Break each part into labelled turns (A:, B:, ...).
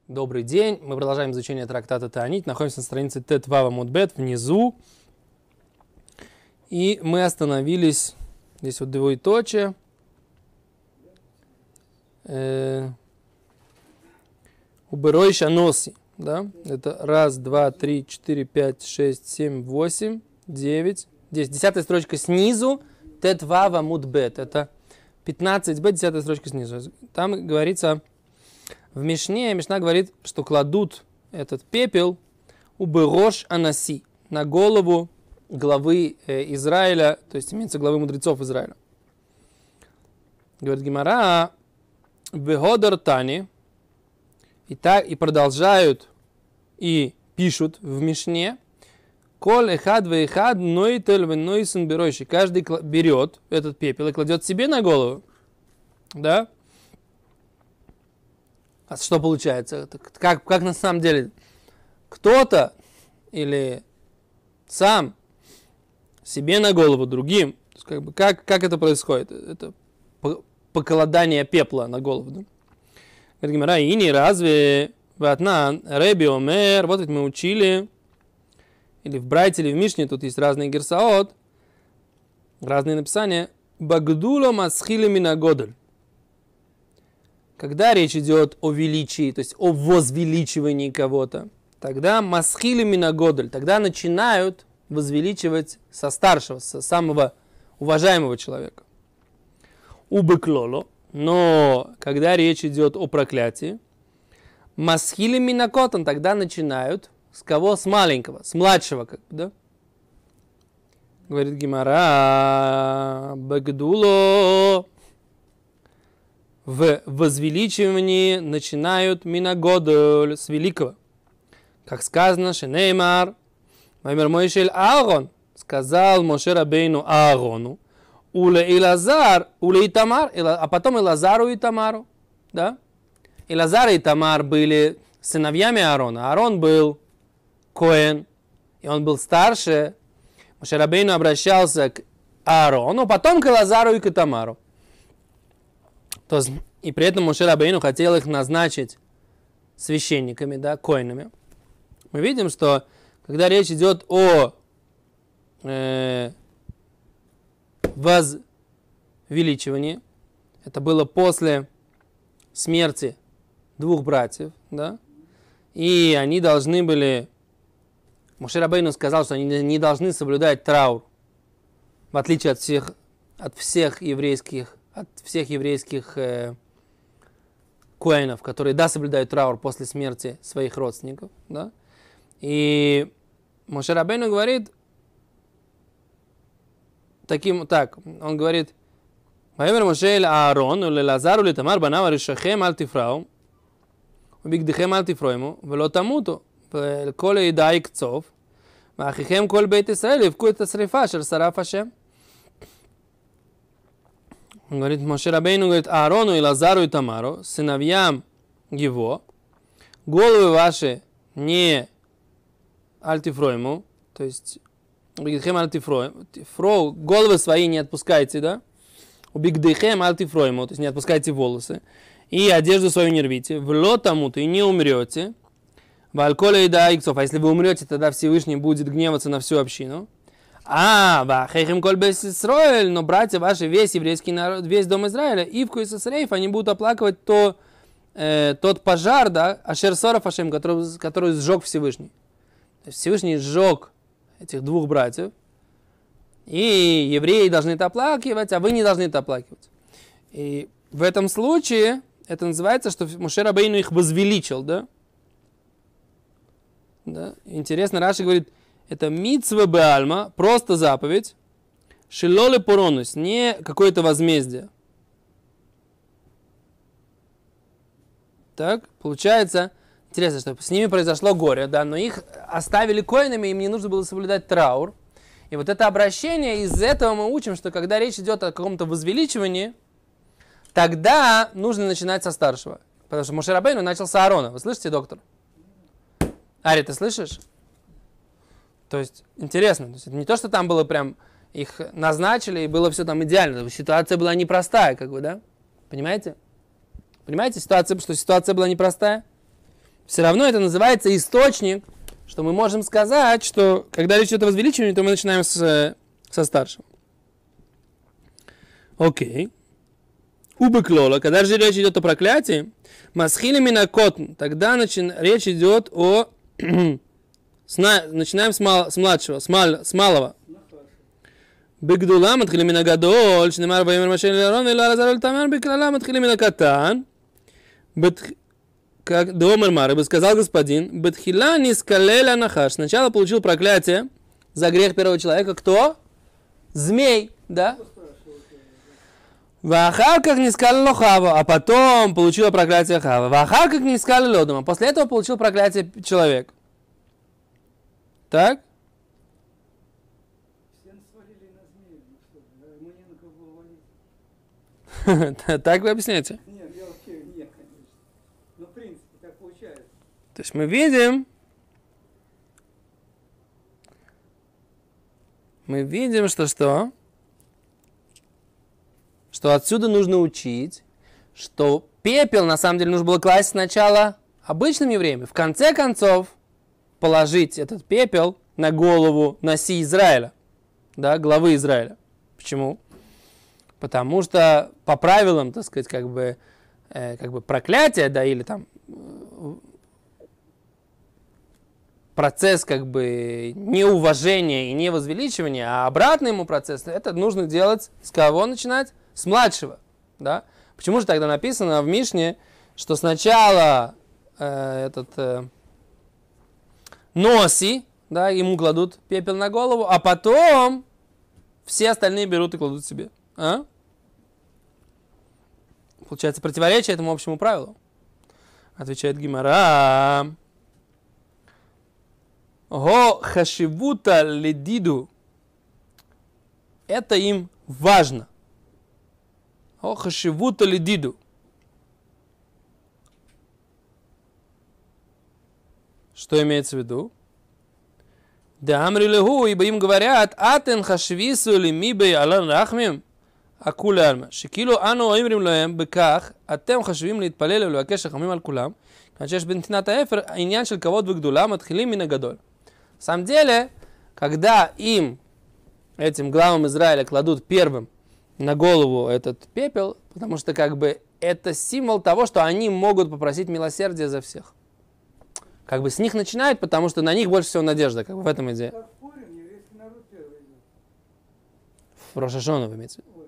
A: Добрый день. Мы продолжаем изучение трактата Таанит. Находимся на странице Тет Вава Мудбет внизу. И мы остановились, здесь вот двоеточие. Уберой шаноси. Да? Это раз, два, три, четыре, пять, шесть, семь, восемь, девять, 10. 10 строчка снизу. Тет Вава Мудбет. Это 15б, 10 строчка снизу. Там говорится... В Мишне, Мишна говорит, что кладут этот пепел уберош анаси, на голову главы Израиля, то есть имеется главы мудрецов Израиля. Говорит Гемара, веходар тани, и продолжают и пишут в Мишне, коль эхад веэхад нойтель венойсен беройши, каждый берет этот пепел и кладет себе на голову, да? А что получается? Как на самом деле? Кто-то или сам себе на голову другим. Как это происходит? Это покладание пепла на голову. Да? Говорит Гемара, и не разве ватнан Реби Омер, вот ведь мы учили, или в Брайте, или в Мишне, тут есть разные герсаот, разные написания, багдуло масхили минагодель. Когда речь идет о величии, то есть о возвеличивании кого-то, тогда масхили минагодель, тогда начинают возвеличивать со старшего, со самого уважаемого человека. Убыклоло, но когда речь идет о проклятии, масхили минакотан, тогда начинают с кого? С маленького, с младшего, как бы, да? Говорит Гемара, багдуло. В возвеличивании начинают минагодель с великого. Как сказано, Шенеймар, Ваймер Мойшель Аарон, сказал Моше Рабейну Аарону, Уле Илазар, Уле Итамар, а потом Илазару и Итамару. Да? Илазар и Итамар были сыновьями Аарона. Аарон был Коэн, и он был старше. Моше Рабейну обращался к Аарону, потом к Илазару и к Итамару. То есть, и при этом Моше Рабейну хотел их назначить священниками, да, коинами. Мы видим, что когда речь идет о возвеличивании, это было после смерти двух братьев, да, и они должны были, Моше Рабейну сказал, что они не должны соблюдать траур, в отличие от всех еврейских коэнов, которые, да, соблюдают траур после смерти своих родственников, да. И Моше Рабейну говорит, он говорит, «Ваемер Моше эль Аарон, уле Лазару ле Тамар банав аришахем аль тифрау, убигдихем аль тифроему, вело тамуту, ואל כל העדה יקצוף, ואחיכם כל בית ישראל יבכו את השריפה אשר שרף השם». Он говорит, Моше Рабейну говорит Аарону и Лазару и Тамару, сыновьям его, головы ваши не альтифройму, то есть головы свои не отпускайте, да? Убигдыхем альтифройму, то есть не отпускайте волосы, и одежду свою не рвите, вло тому-то и не умрете, вальколя и да иксов, а если вы умрете, тогда Всевышний будет гневаться на всю общину. Вахейхем коль бес Исроэль, но братья ваши, весь еврейский народ, весь дом Израиля, Ивку и Сосрейф, они будут оплакивать тот пожар, да, Ашер Соров Ашем, который сжег Всевышний. То есть Всевышний сжег этих двух братьев, и евреи должны это оплакивать, а вы не должны это оплакивать. И в этом случае это называется, что Моше Рабейну их возвеличил, да? Да? Интересно, Раши говорит, это мицва беальма, просто заповедь, шилоле поронус, не какое-то возмездие. Так, получается, интересно, что с ними произошло горе, да, но их оставили коинами, им не нужно было соблюдать траур. И вот это обращение, из этого мы учим, что когда речь идет о каком-то возвеличивании, тогда нужно начинать со старшего. Потому что Моше Рабейну начал с Аарона. Вы слышите, доктор? Ари, ты слышишь? То есть, интересно, то есть, это не то, что там было прям, их назначили, и было все там идеально. Ситуация была непростая, как бы, да? Понимаете? Понимаете, что ситуация была непростая? все равно это называется источник, что мы можем сказать, что когда речь идет о возвеличивании, то мы начинаем со старшего. Окей. Убыклола, когда же речь идет о проклятии, масхили минакотн, тогда речь идет о... начинаем с младшего, с малого. בגדולה מתחילים מן הגדול, שנאמר ויאמר משה לאהרון ולאלעזר ולתמר, בקללה מתחילים מן הקטן. Как Домер Марыба сказал господин, Бетхила не скалеля нахаш. Сначала получил проклятие за грех первого человека. Кто? Змей, да? Вахар как не скалил Хава, а потом получил проклятие Хава. Вахар как не скалил Лодома. После этого получил проклятие человек. Так? Так вы объясняете?
B: Нет, я вообще нет, конечно. Но в принципе так получается.
A: То есть мы видим, что отсюда нужно учить, что пепел на самом деле нужно было класть сначала обычным евреям, в конце концов положить этот пепел на голову Наси Израиля, да, главы Израиля. Почему? Потому что по правилам, так сказать, как бы проклятие, да, или там процесс как бы неуважения и невозвеличивания, а обратный ему процесс, это нужно делать с кого начинать? С младшего, да? Почему же тогда написано в Мишне, что сначала Носи, да, ему кладут пепел на голову, а потом все остальные берут и кладут себе. А? Получается противоречие этому общему правилу. Отвечает Гимара. Го хашивута ледиду. Это им важно. Го хашивута ледиду. Что имеется в виду? Да амрилеху, ибо им говорят, атен хашвису лимибей алан рахмим. הכולי עלמא, שכאילו אנו אומרים להם בכך, אתם חושבים להתפלל ולבקש רחמים על כולם, כיוון שיש בנתינת האפר העניין של כבוד וגדולה מתחילים מן הגדול. На самом деле, когда им, этим главам Израиля, кладут первым на голову этот пепел, потому что как бы это символ того, что они могут попросить милосердия за всех. Как бы с них начинают, потому что на них больше всего надежда, как бы в этом идея.
B: Как в Пурим, еврейский народ первый идет.
A: В Рош ха-Шана, вы имеете в виду?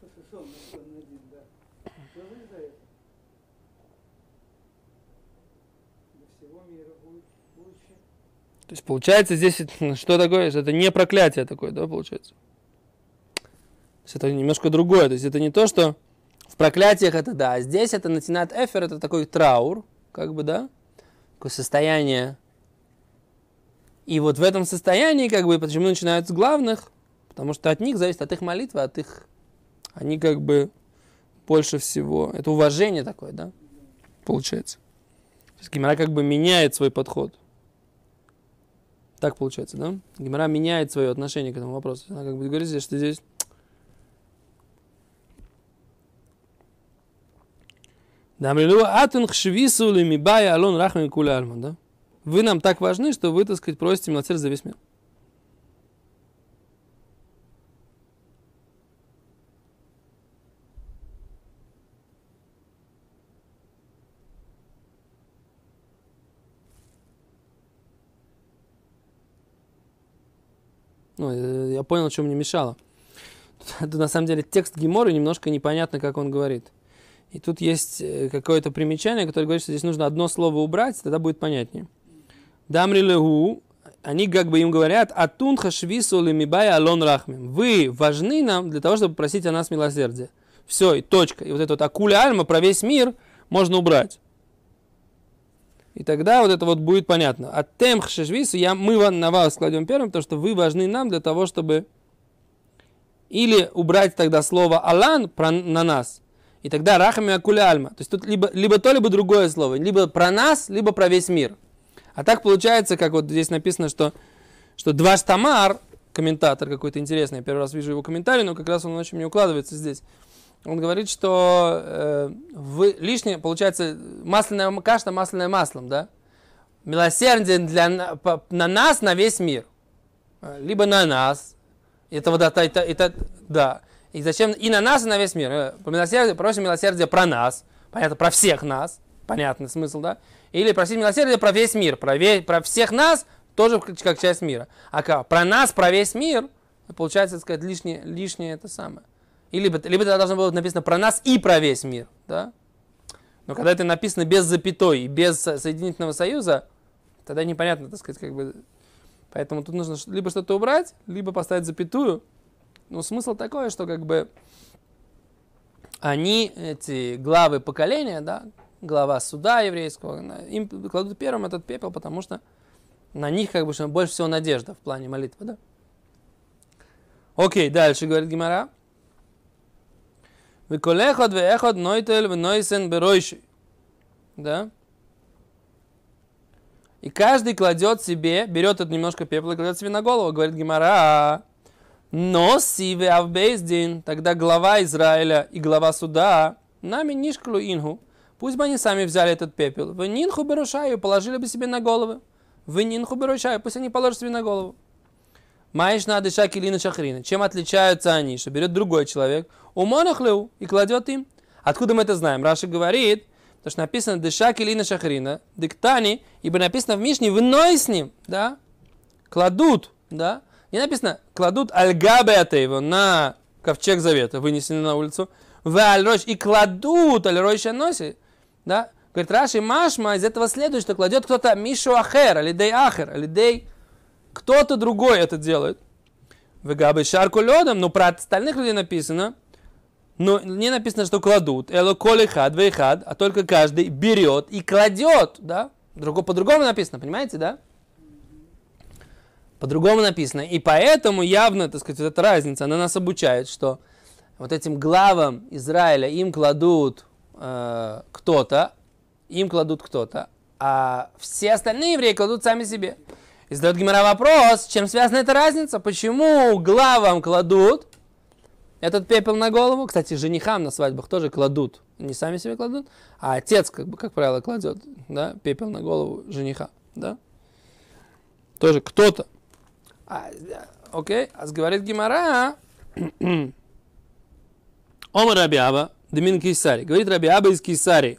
A: То есть получается здесь что такое? Это не проклятие такое, да, получается? То есть это немножко другое. То есть это не то, что в проклятиях это да, а здесь это натинат эфер, это такой траур, как бы, да, такое состояние. И вот в этом состоянии, как бы, почему начинают с главных? Потому что от них зависит, от их молитвы, от их, они как бы больше всего, это уважение такое, да, получается. То есть Гемара как бы меняет свой подход. Так получается, да? Гемара меняет свое отношение к этому вопросу. Она как бы говорит, что здесь... Вы нам так важны, что вы, так сказать, просите милосердия за весь мир. Ну, я понял, что мне мешало. Тут, на самом деле, текст Геморы немножко непонятно, как он говорит. И тут есть какое-то примечание, которое говорит, что здесь нужно одно слово убрать, тогда будет понятнее. Дамри легу, они как бы им говорят, атун хашвису лемибая алон рахмим. Вы важны нам для того, чтобы просить о нас милосердия. Все, и точка. И вот это вот акуля альма про весь мир можно убрать. И тогда вот это вот будет понятно. А тем хашвису, мы на вас кладем первым, потому что вы важны нам для того, чтобы или убрать тогда слово алан на нас, и тогда рахами акуля альма. То есть тут либо то, либо другое слово. Либо про нас, либо про весь мир. А так получается, как вот здесь написано, что Дваш Тамар, комментатор какой-то интересный, я первый раз вижу его комментарий, но как раз он очень не укладывается здесь. Он говорит, что лишнее, получается, масляная каша, масляное маслом, да? милосердие на нас, на весь мир. Либо на нас. Да. И зачем? И на нас, и на весь мир. Просим милосердие про нас. Понятно, про всех нас. Понятный смысл, да? Или просить милосердие про весь мир. Про всех нас тоже как часть мира. А как? Про нас, про весь мир, получается, так сказать, лишнее это самое. Либо это должно было быть написано про нас и про весь мир. Да? Но когда это написано без запятой и без соединительного союза, тогда непонятно, так сказать, как бы. Поэтому тут нужно либо что-то убрать, либо поставить запятую. Но смысл такой, что как бы они, эти главы поколения, да, глава суда еврейского, им кладут первым этот пепел, потому что на них как бы больше всего надежда в плане молитвы, да. Окей, дальше говорит Гемара. Веколехот веехот нойтель венойсен беройши. Да. И каждый кладет себе, берет это немножко пепла и кладет себе на голову, говорит Гемара. Но сиве авбейздин, тогда глава Израиля и глава суда, нами нишклу ингу, пусть бы они сами взяли этот пепел, в нинху берушаю, положили бы себе на головы, в нинху берушаю, пусть они положат себе на голову. Маиш на дыша килина шахрина. Чем отличаются они? Что берет другой человек, умонахлеу, и кладет им. Откуда мы это знаем? Раши говорит, потому что написано дыша килина шахрина, диктани, ибо написано в Мишне, вной с ним, да, кладут, да. Не написано, кладут аль-габе атеева на ковчег завета, вынесенный на улицу, в аль-рош, и кладут аль-рош аноси, да. Говорит Раши, машма, из этого следует, что кладет кто-то мишу ахер, алидей, кто-то другой это делает. В габе шарку лёдом, но про остальных людей написано, но не написано, что кладут, эло коли хад, вейхад, а только каждый берет и кладет, да. По-другому написано, понимаете, да? По-другому написано. И поэтому явно, так сказать, вот эта разница, она нас обучает, что вот этим главам Израиля им кладут кто-то, а все остальные евреи кладут сами себе. И задает Гемара вопрос, чем связана эта разница? Почему главам кладут этот пепел на голову? Кстати, женихам на свадьбах тоже кладут. Не сами себе кладут, а отец, как правило, кладет, да, пепел на голову жениха. Да? Тоже кто-то. Окей, говорит Гемара. Омар Раби Аба, Демин Кейсари. Говорит Раби Аба из Кейсарии.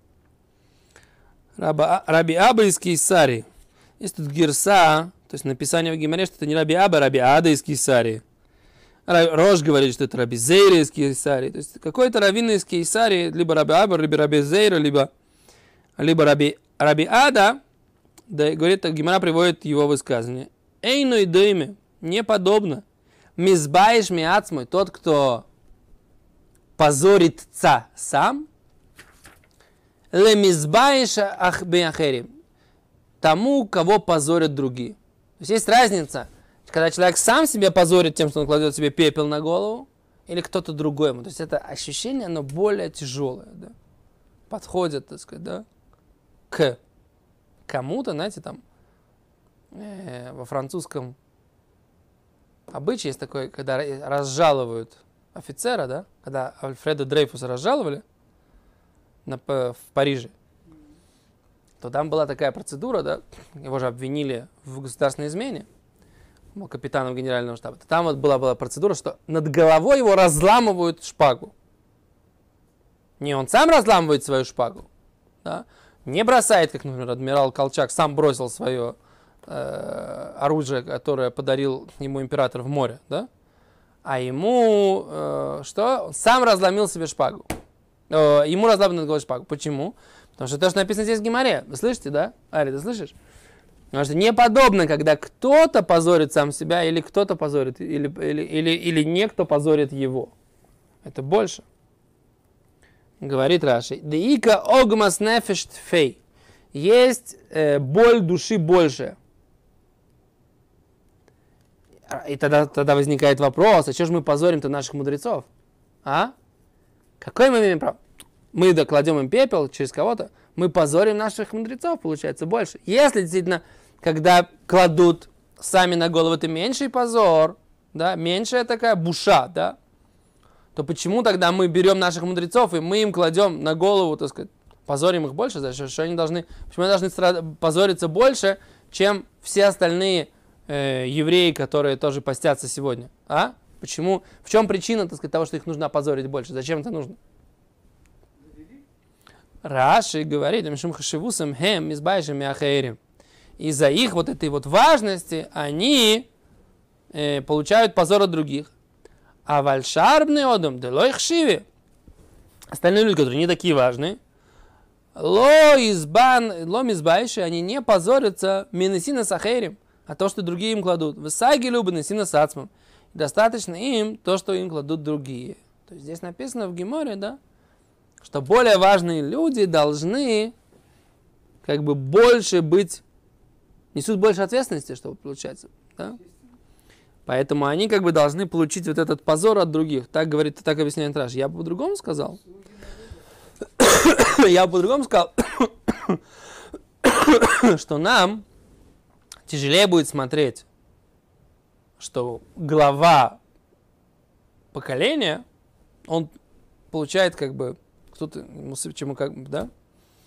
A: Раби Аба из Кейсарии. Есть тут гирса, то есть написание в Гемаре, что это не Раби Аба, Раби Ада из Кейсарии. Рош говорит, что это Раби Зейра из Кейсарии. То есть какой-то раввин из Кейсарии, либо Раби Аба, либо Раби Зейра, либо Раби Ада. Да, говорит, Гемара приводит его высказывание. Эйну и дойме, не подобно. Мизбаиш миацмой, тот, кто позорится сам. Ле мизбаиш ахбеахерим, тому, кого позорят другие. То есть разница, когда человек сам себя позорит тем, что он кладет себе пепел на голову, или кто-то другой ему. То есть это ощущение, оно более тяжелое, да? Подходит, так сказать, да, к кому-то, знаете, там, во французском обычае есть такой, когда разжаловывают офицера, да, когда Альфреда Дрейфуса разжаловали в Париже, то там была такая процедура, да, его же обвинили в государственной измене, был капитаном генерального штаба. Там вот была процедура, что над головой его разламывают шпагу. Не он сам разламывает свою шпагу, да, не бросает, как, например, адмирал Колчак сам бросил свое оружие, которое подарил ему император в море, да? А ему что? Он сам разломил себе шпагу. Ему разломили над головой шпагу. Почему? Потому что то, что написано здесь в Гемаре. Вы слышите, да? Ари, ты слышишь? Потому что неподобно, когда кто-то позорит сам себя, или кто-то позорит, или некто позорит его. Это больше. Говорит Раши. Деика огмас нефеш тфей. Есть боль души больше. И тогда возникает вопрос, а что же мы позорим-то наших мудрецов? А? Какой мы имеем право? Мы докладем им пепел через кого-то, мы позорим наших мудрецов, получается, больше. Если действительно, когда кладут сами на голову, это меньший позор, да, меньшая такая буша, да, то почему тогда мы берем наших мудрецов и мы им кладем на голову, так сказать, позорим их больше, значит, что они должны, почему они должны позориться больше, чем все остальные евреи, которые тоже постятся сегодня? А? Почему? В чем причина, так сказать, того, что их нужно опозорить больше? Зачем это нужно? Раши говорит, из-за их вот этой вот важности они получают позор от других. А вальшарбный одам, делой хшиви. Остальные люди, которые не такие важные, ло мизбайши, они не позорятся минесина сахерим, а то, что другие им кладут. Высаги любы несина сацмам. Достаточно им то, что им кладут другие. То есть здесь написано в Геморе, да, что более важные люди должны как бы больше быть, несут больше ответственности, чтобы получается, да? Поэтому они как бы должны получить вот этот позор от других. Так говорит, так объясняет Раши. Я бы по-другому сказал. Я бы по-другому сказал, что нам тяжелее будет смотреть, что глава поколения, он получает как бы, кто-то ему сыпет, чему как бы, да?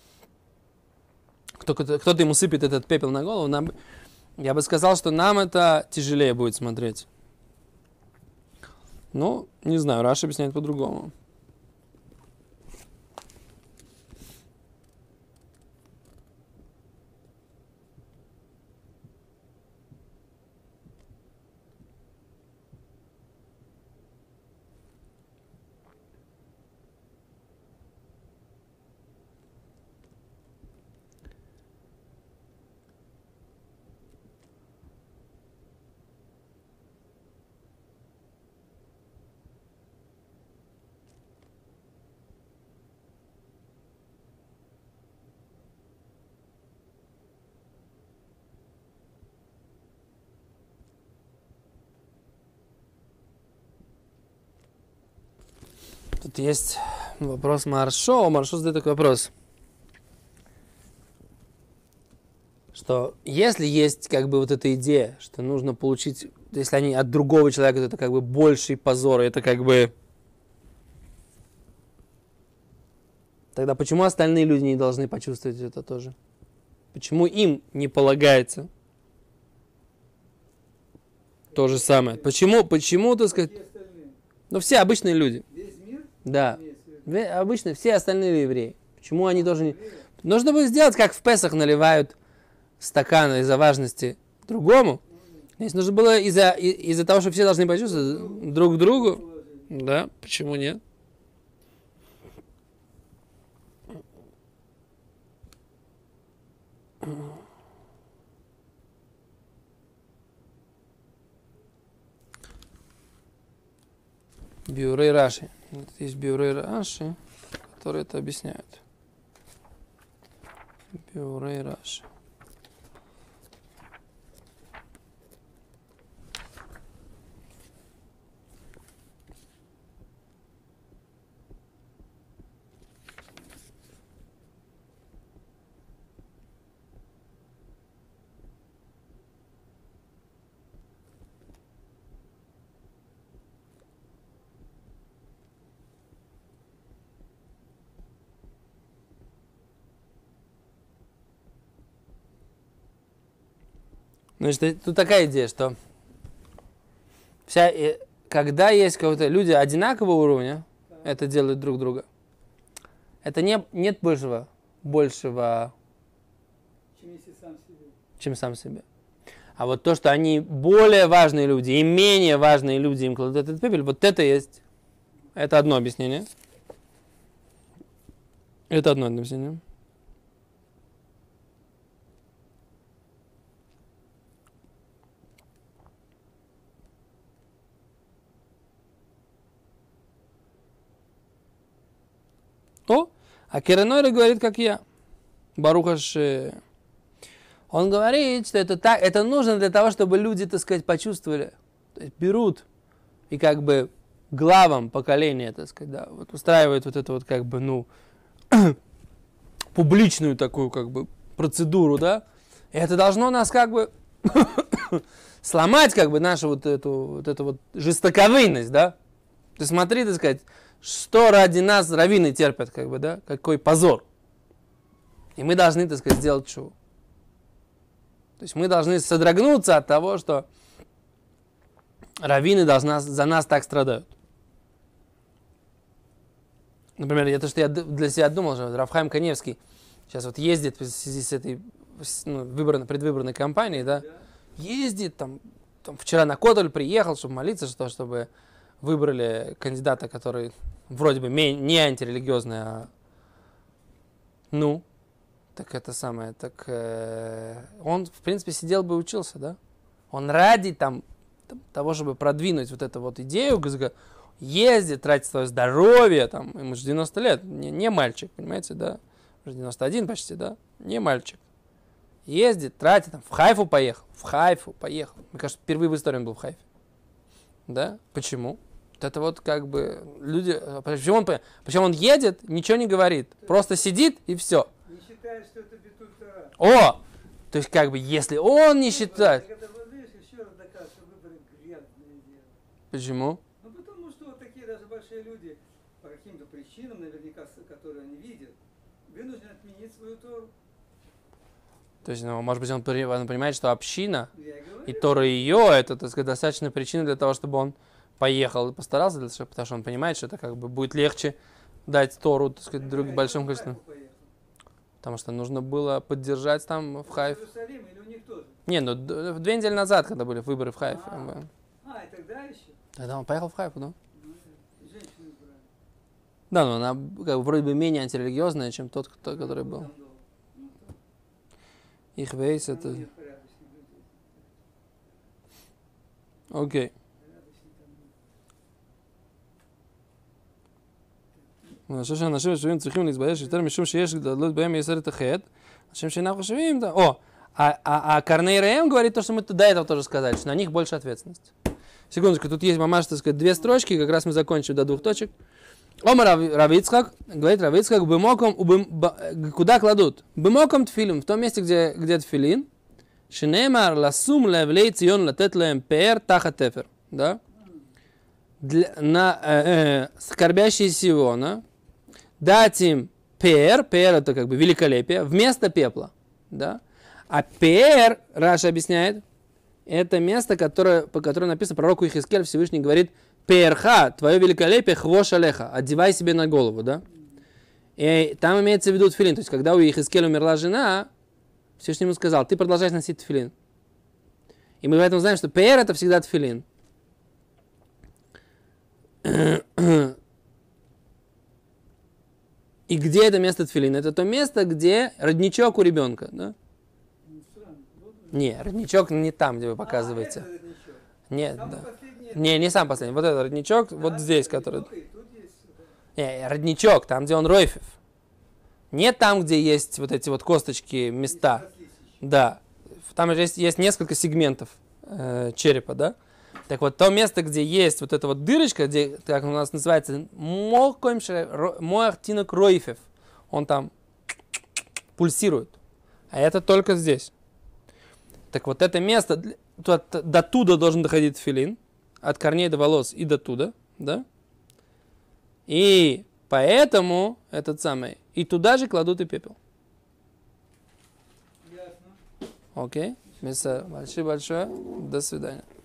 A: Кто-то ему сыпет этот пепел на голову, нам, я бы сказал, что нам это тяжелее будет смотреть. Ну, не знаю, Раши объясняет по-другому. Тут есть вопрос Маршо. Маршо задает такой вопрос. Что если есть как бы вот эта идея, что нужно получить, если они от другого человека, то это как бы больший позор, это как бы... Тогда почему остальные люди не должны почувствовать это тоже? Почему им не полагается то же самое? Почему, так сказать... Ну, все обычные люди. Да, обычно все остальные евреи. Почему они тоже не... Нужно было сделать, как в Песах наливают стакан из-за важности другому. Здесь нужно было из-за того, что все должны почувствовать друг другу. Да, почему нет? Биурей Раши. Есть Биурей Раши, которые это объясняют. Биурей Раши. Значит, тут такая идея, что когда есть какие-то люди одинакового уровня, это делают друг друга. Это нет большего, чем сам себе. А вот то, что они более важные люди и менее важные люди им кладут этот пепел, вот это есть. Это одно объяснение. Это одно объяснение. А Керенойра говорит, как я. Барухаш. Он говорит, что это нужно для того, чтобы люди, так сказать, почувствовали. То есть берут и как бы главам поколения, так сказать, да, вот устраивают вот эту вот как бы, публичную такую как бы процедуру, да. И это должно нас как бы сломать как бы нашу вот эту жестоковыйность, да. Ты смотри, так сказать, что ради нас раввины терпят, как бы, да, какой позор. И мы должны, так сказать, сделать чуву. То есть мы должны содрогнуться от того, что раввины за нас так страдают. Например, это что я для себя думал, что Рав Хаим Каневский сейчас вот ездит в связи с этой предвыборной кампанией, да, ездит там вчера на Котель приехал, чтобы молиться, чтобы выбрали кандидата, который вроде бы не антирелигиозный, а так это самое, он, в принципе, сидел бы и учился, да? Он ради того, чтобы продвинуть вот эту вот идею, ездит, тратит свое здоровье, ему же 90 лет, не мальчик, понимаете, да? Уже 91 почти, да? Не мальчик. Ездит, тратит, в Хайфу поехал. Мне кажется, впервые в истории он был в Хайфе. Да? Почему? Вот это вот как бы люди... Почему он едет, ничего не говорит, просто сидит и все.
B: Не считает, что это битуль Тора.
A: О! То есть как бы, если он не считает...
B: Это вот видишь, еще раз доказывает, что выборы грязное дело.
A: Почему?
B: Ну потому что вот такие даже большие люди, по каким-то причинам, наверняка, которые они видят, вынуждены отменить свою Тору.
A: То есть, может быть, он понимает, что община и Тора ее, это, так сказать, достаточно причина для того, чтобы он поехал и постарался, потому что он понимает, что это как бы будет легче дать Тору, так сказать, другим большим количеством. Потому что нужно было поддержать там в Хайфе.
B: Или у них тоже?
A: Не, 2 недели назад, когда были выборы в Хайфе.
B: И тогда еще?
A: Тогда он поехал в Хайфу, да?
B: Женщину избрали.
A: Да, но она как бы вроде бы менее антирелигиозная, чем тот, который был. Их вейс это... Окей. אנשים חושבים צריכים להתבייש יותר משום שיש גדלות בהם יסרת החטא. אנשים שאינם חושבים, да. А Корней Раем говорит то, что мы до этого тоже сказали, что на них больше ответственности. Секундочку, тут есть мамаш, так сказать, 2 строчки, как раз мы закончим до 2 точек. Омар Рав Ицхак, говорит Рав Ицхак, куда кладут? Бемоком тфилин, в том месте, где тфилин. Шинемар ласум левлей цион латет лем пер таха тефер. Да? На скорбящие Сиона дать им пер это как бы великолепие, вместо пепла. Да? А пер, Раша объясняет, это место, по которому написано пророку Ихискель, Всевышний говорит, перха, твое великолепие, хвош алеха, одевай себе на голову, да? И там имеется в виду тфилин, то есть когда у Ихискеля умерла жена, Всевышний ему сказал, ты продолжаешь носить тфилин. И мы поэтому знаем, что пер это всегда тфилин. И где это место тфилина? Это то место, где родничок у ребенка, да? Не, родничок не там, где вы показываете. Нет, да. Не сам последний. Вот этот родничок, вот здесь, который... Не, родничок, там, где он ройфев. Не там, где есть вот эти вот косточки, места. Да. Там же есть несколько сегментов черепа, да? Так вот, то место, где есть вот эта вот дырочка, где, как у нас называется, моахтинок ройфев, он там пульсирует. А это только здесь. Так вот, это место, до туда должен доходить тфилин, от корней до волос и до туда, да? И поэтому и туда же кладут и пепел.
B: Ясно.
A: Окей? Большое. До свидания.